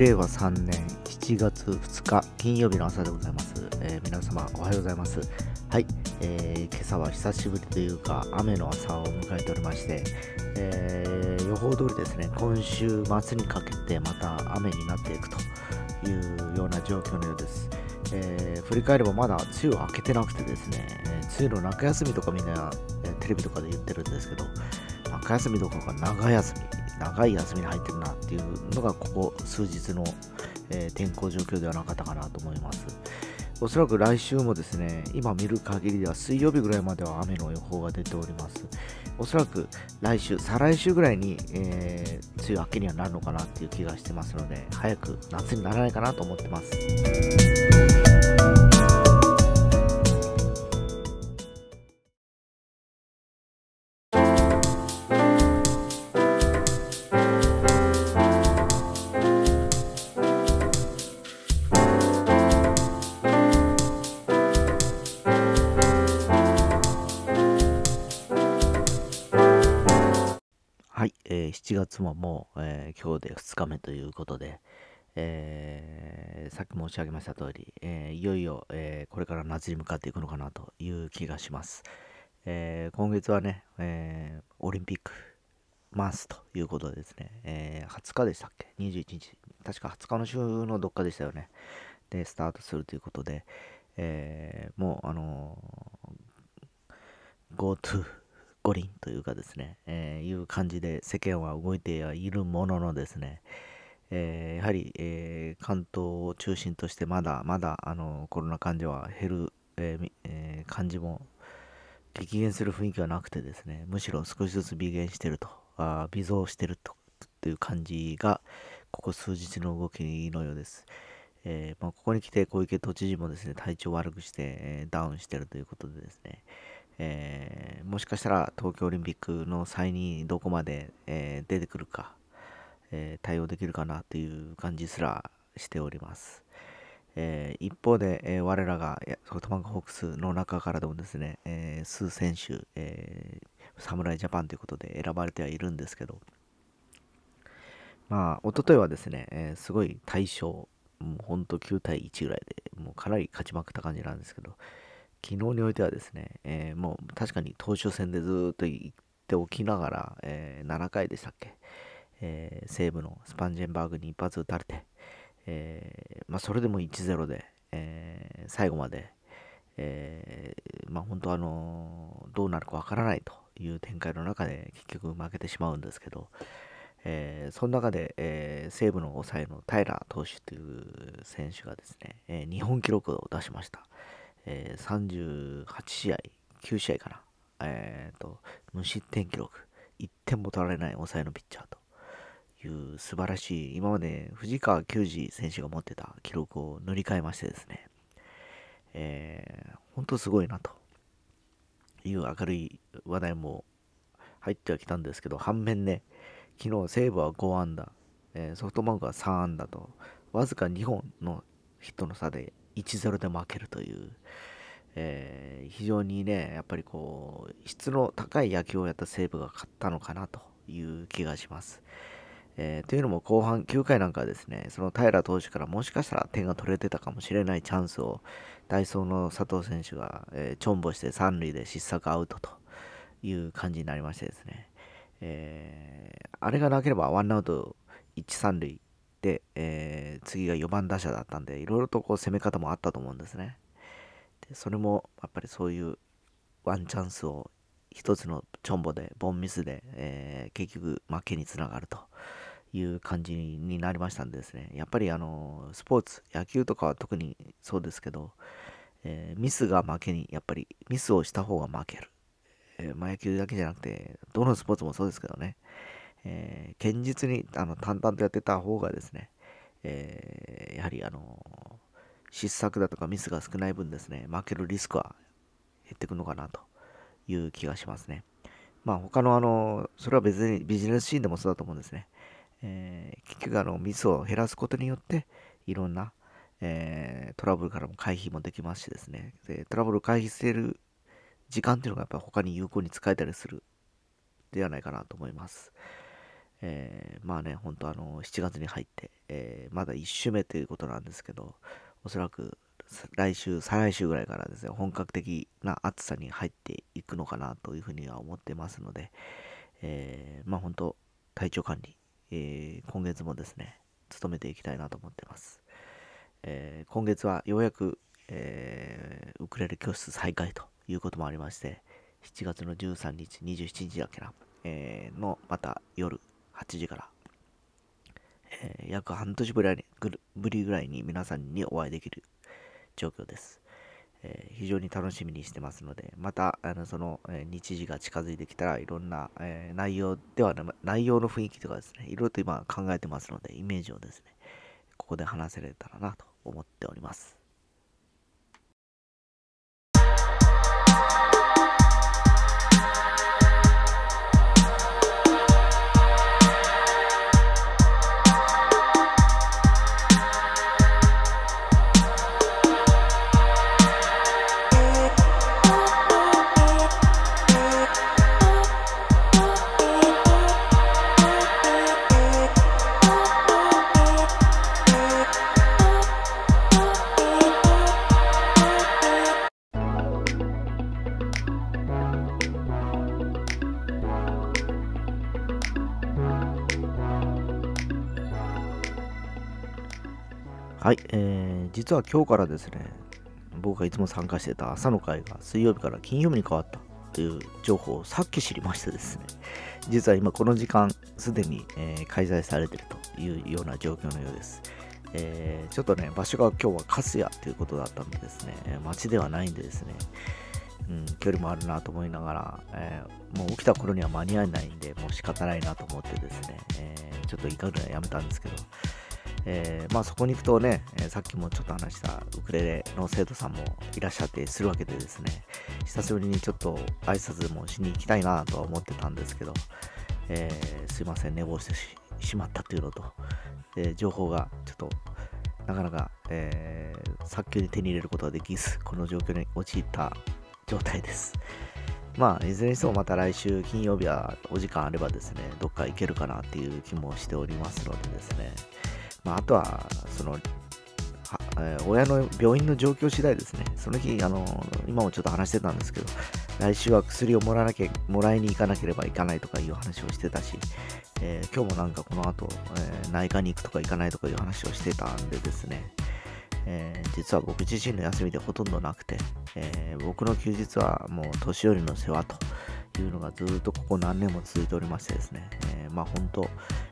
令和3年7月2日金曜日の朝でございます。皆様おはようございます。はい、今朝は久しぶりというか雨の朝を迎えておりまして、予報通りですね、今週末にかけてまた雨になっていくというような状況のようです。振り返ればまだ梅雨明けてなくてですね、梅雨の中休みとかみんな、テレビとかで言ってるんですけど、中休みどころか長い休みに入ってるなっていうのがここ数日の、天候状況ではなかったかなと思います。おそらく来週もですね、今見る限りでは水曜日ぐらいまでは雨の予報が出ております。おそらく来週、再来週ぐらいに、梅雨明けにはなるのかなっていう気がしてますので、早く夏にならないかなと思ってます。はい、7月ももう、今日で2日目ということで、さっき申し上げました通り、いよいよ、これから夏に向かっていくのかなという気がします。今月はね、オリンピックマンスということでですね、20日でしたっけ ?21 日。確か20日の週のどっかでしたよね。で、スタートするということで、もう、GoTo 五輪というかですね、いう感じで世間は動いてはいるもののですね、やはり、関東を中心としてまだまだコロナ患者は減る、感じも激減する雰囲気はなくてですね、むしろ少しずつ微減してると、微増してるという感じがここ数日の動きのようです。ここに来て小池都知事もですね、体調を悪くして、ダウンしてるということでですね、もしかしたら東京オリンピックの際にどこまで、出てくるか、対応できるかなという感じすらしております。一方で、我らがソフトバンクホークスの中からでもですね、数選手、侍ジャパンということで選ばれてはいるんですけど、一昨日はですね、すごい大勝、もうほんと9対1ぐらいで、もうかなり勝ちまくった感じなんですけど、昨日においてはですね、もう確かに投手戦でずっと行っておきながら、7回でしたっけ、西武のスパンジェンバーグに一発打たれて、それでも1-0で、最後まで、本当どうなるかわからないという展開の中で結局負けてしまうんですけど、その中で、西武の抑えの平投手という選手がですね、日本記録を出しました。38試合、9試合かな。無失点記録、1点も取られない抑えのピッチャーという素晴らしい、今まで藤川球児選手が持ってた記録を塗り替えましてですね、本当すごいなという明るい話題も入ってはきたんですけど、反面ね、昨日西武は5安打、ソフトバンクは3安打と、わずか2本のヒットの差で1-0で負けるという、非常にね、やっぱりこう、質の高い野球をやった西武が勝ったのかなという気がします。というのも後半9回なんかはですね、その平投手からもしかしたら点が取れてたかもしれないチャンスを、ダイソーの佐藤選手が、チョンボして三塁で失策アウトという感じになりましてですね、あれがなければワンアウト1、3塁で、次が4番打者だったんで、いろいろとこう攻め方もあったと思うんですね。でそれもやっぱりそういうワンチャンスを一つのチョンボで、ボンミスで、結局負けにつながるという感じになりましたんでですね、やっぱりスポーツ、野球とかは特にそうですけど、ミスが負けに、やっぱりミスをした方が負ける。野球だけじゃなくて、どのスポーツもそうですけどね、堅実に淡々とやってた方がですね、やはり失策だとかミスが少ない分ですね、負けるリスクは減ってくるのかなという気がしますね。他のそれは別にビジネスシーンでもそうだと思うんですね。結局ミスを減らすことによって、いろんな、トラブルからも回避もできますしですね、でトラブルを回避している時間っていうのがやっぱり他に有効に使えたりするではないかなと思います。 まあね、本当7月に入って、まだ1週目ということなんですけど、おそらく来週、再来週ぐらいからですね、本格的な暑さに入っていくのかなというふうには思ってますので、まあ本当、体調管理、今月もですね、努めていきたいなと思ってます。今月はようやく、ウクレレ教室再開ということもありまして、7月の13日、27日だっけな、のまた夜8時から、約半年ぶりぐらいに皆さんにお会いできる状況です。非常に楽しみにしてますので、またその、日時が近づいてきたらいろんな、内容ではな内容の雰囲気とかですね、いろいろと今考えてますので、イメージをですね、ここで話せれたらなと思っております。はい、実は今日からですね、僕がいつも参加してた朝の会が水曜日から金曜日に変わったという情報をさっき知りましてですね、実は今この時間すでに、開催されているというような状況のようです。ちょっとね、場所が今日は粕谷ということだったんでですね、街ではないんでですね、距離もあるなと思いながら、もう起きた頃には間に合わないんで、もう仕方ないなと思ってですね、ちょっと行くのはやめたんですけど、まあそこに行くとね、さっきもちょっと話したウクレレの生徒さんもいらっしゃってするわけでですね、久しぶりにちょっと挨拶もしに行きたいなとは思ってたんですけど、すいません、寝坊してしまったというのと、情報がちょっとなかなか、早急に手に入れることができず、この状況に陥った状態です。まあ、いずれにしてもまた来週金曜日はお時間あればですね、どっか行けるかなっていう気もしておりますのでですね、まあ、あとは、親の病院の状況次第ですね。その日、今もちょっと話してたんですけど、来週は薬をもらいに行かなければいけないとかいう話をしてたし、今日もなんかこの後、内科に行くとか行かないとかいう話をしてたんでですね、実は僕自身の休みでほとんどなくて、僕の休日はもう年寄りの世話というのがずっとここ何年も続いておりましてですね、まあ本当、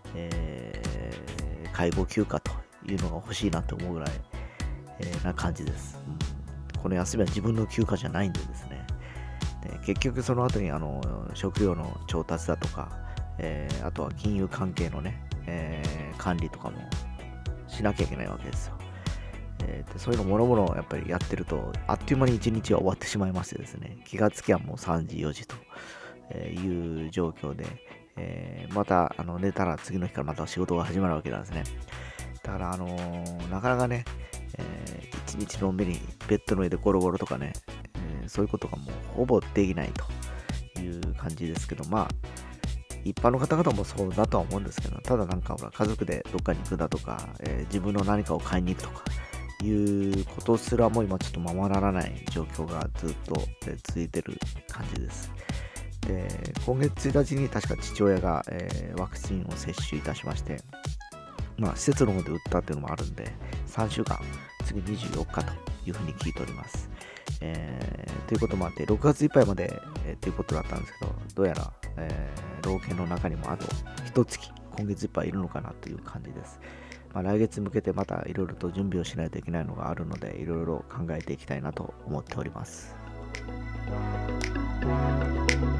介護休暇というのが欲しいなと思うぐらい、な感じです、この休みは自分の休暇じゃないんでですね、で結局その後に食料の調達だとか、あとは金融関係のね、管理とかもしなきゃいけないわけですよ。でそういうのもろもろやっぱりやってるとあっという間に一日は終わってしまいましてですね、気がつきゃもう3時4時という状況で、また寝たら次の日からまた仕事が始まるわけなんですね。だからなかなかね、一日のんびりベッドの上でゴロゴロとかね、そういうことがもうほぼできないという感じですけど、まあ一般の方々もそうだとは思うんですけど、ただなんかほら家族でどっかに行くだとか、自分の何かを買いに行くとかいうことすらも今ちょっとままならない状況がずっと、続いてる感じです。で今月1日に確か父親が、ワクチンを接種いたしまして、まあ、施設の方で打ったっていうのもあるんで、3週間、次24日というふうに聞いております。ということもあって、6月いっぱいまで、ということだったんですけど、どうやら、老犬の中にもあと1月、今月いっぱいいるのかなという感じです。まあ、来月に向けてまたいろいろと準備をしないといけないのがあるので、いろいろ考えていきたいなと思っております。